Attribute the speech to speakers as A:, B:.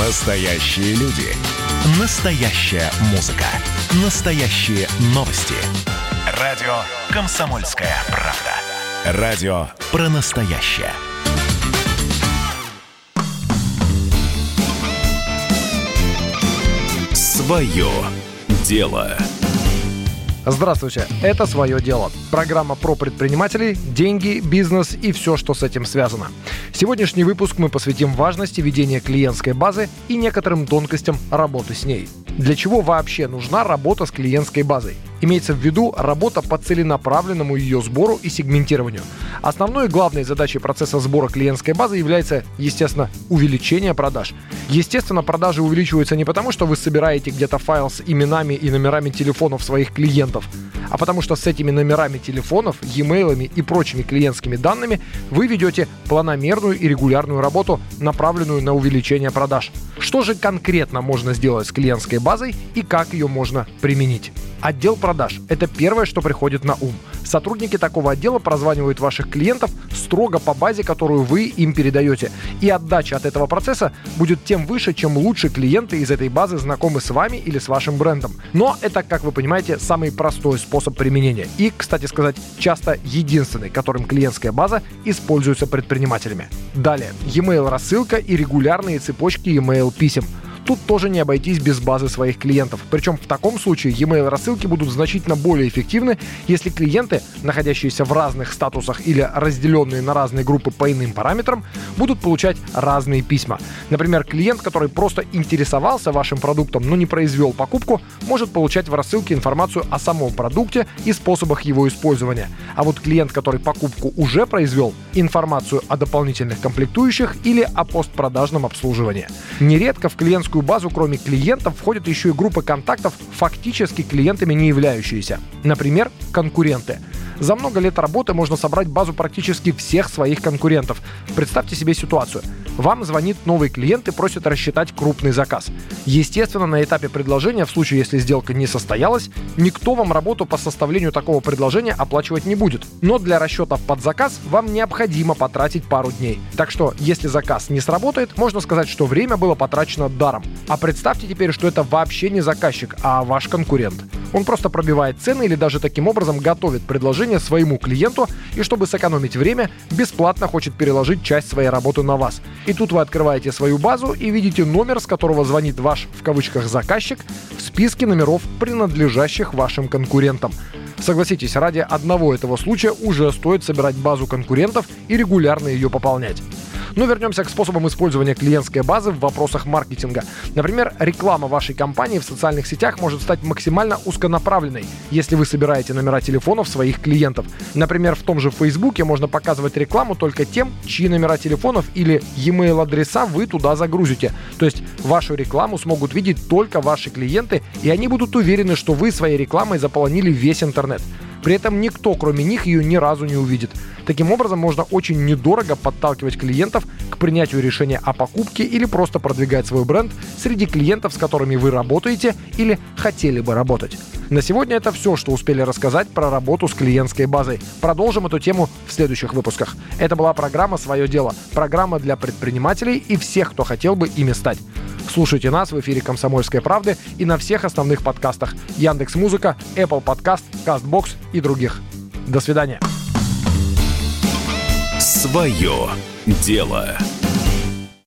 A: Настоящие люди. Настоящая музыка. Настоящие новости. Радио «Комсомольская правда». Радио про настоящее. Свое дело.
B: Здравствуйте, это «Свое дело». Программа про предпринимателей, деньги, бизнес и все, что с этим связано. Сегодняшний выпуск мы посвятим важности ведения клиентской базы и некоторым тонкостям работы с ней. Для чего вообще нужна работа с клиентской базой? Имеется в виду работа по целенаправленному ее сбору и сегментированию. Основной и главной задачей процесса сбора клиентской базы является, естественно, увеличение продаж. Естественно, продажи увеличиваются не потому, что вы собираете где-то файл с именами и номерами телефонов своих клиентов, а потому что с этими номерами телефонов, e-mail'ами и прочими клиентскими данными вы ведете планомерную и регулярную работу, направленную на увеличение продаж. Что же конкретно можно сделать с клиентской базой и как ее можно применить? Отдел продаж – это первое, что приходит на ум. Сотрудники такого отдела прозванивают ваших клиентов строго по базе, которую вы им передаете. И отдача от этого процесса будет тем выше, чем лучше клиенты из этой базы знакомы с вами или с вашим брендом. Но это, как вы понимаете, самый простой способ применения. И, кстати сказать, часто единственный, которым клиентская база используется предпринимателями. Далее. E-mail рассылка и регулярные цепочки e-mail писем. Тут тоже не обойтись без базы своих клиентов. Причем в таком случае e-mail рассылки будут значительно более эффективны, если клиенты, находящиеся в разных статусах или разделенные на разные группы по иным параметрам, будут получать разные письма. Например, клиент, который просто интересовался вашим продуктом, но не произвел покупку, может получать в рассылке информацию о самом продукте и способах его использования. А вот клиент, который покупку уже произвел, информацию о дополнительных комплектующих или о постпродажном обслуживании. Нередко в клиентскую базу, кроме клиентов, входят еще и группы контактов, фактически клиентами не являющиеся. Например, конкуренты. За много лет работы можно собрать базу практически всех своих конкурентов. Представьте себе ситуацию. Вам звонит новый клиент и просит рассчитать крупный заказ. Естественно, на этапе предложения, в случае, если сделка не состоялась, никто вам работу по составлению такого предложения оплачивать не будет. Но для расчетов под заказ вам необходимо потратить пару дней. Так что, если заказ не сработает, можно сказать, что время было потрачено даром. А представьте теперь, что это вообще не заказчик, а ваш конкурент. Он просто пробивает цены или даже таким образом готовит предложение своему клиенту и, чтобы сэкономить время, бесплатно хочет переложить часть своей работы на вас. И тут вы открываете свою базу и видите номер, с которого звонит ваш, в кавычках, заказчик в списке номеров, принадлежащих вашим конкурентам. Согласитесь, ради одного этого случая уже стоит собирать базу конкурентов и регулярно ее пополнять. Но вернемся к способам использования клиентской базы в вопросах маркетинга. Например, реклама вашей компании в социальных сетях может стать максимально узконаправленной, если вы собираете номера телефонов своих клиентов. Например, в том же Фейсбуке можно показывать рекламу только тем, чьи номера телефонов или e-mail адреса вы туда загрузите. То есть вашу рекламу смогут видеть только ваши клиенты, и они будут уверены, что вы своей рекламой заполонили весь интернет. При этом никто, кроме них, ее ни разу не увидит. Таким образом, можно очень недорого подталкивать клиентов к принятию решения о покупке или просто продвигать свой бренд среди клиентов, с которыми вы работаете или хотели бы работать. На сегодня это все, что успели рассказать про работу с клиентской базой. Продолжим эту тему в следующих выпусках. Это была программа «Свое дело». Программа для предпринимателей и всех, кто хотел бы ими стать. Слушайте нас в эфире «Комсомольской правды» и на всех основных подкастах: Яндекс.Музыка, Apple Podcast, Castbox и других. До свидания.
A: Свое дело.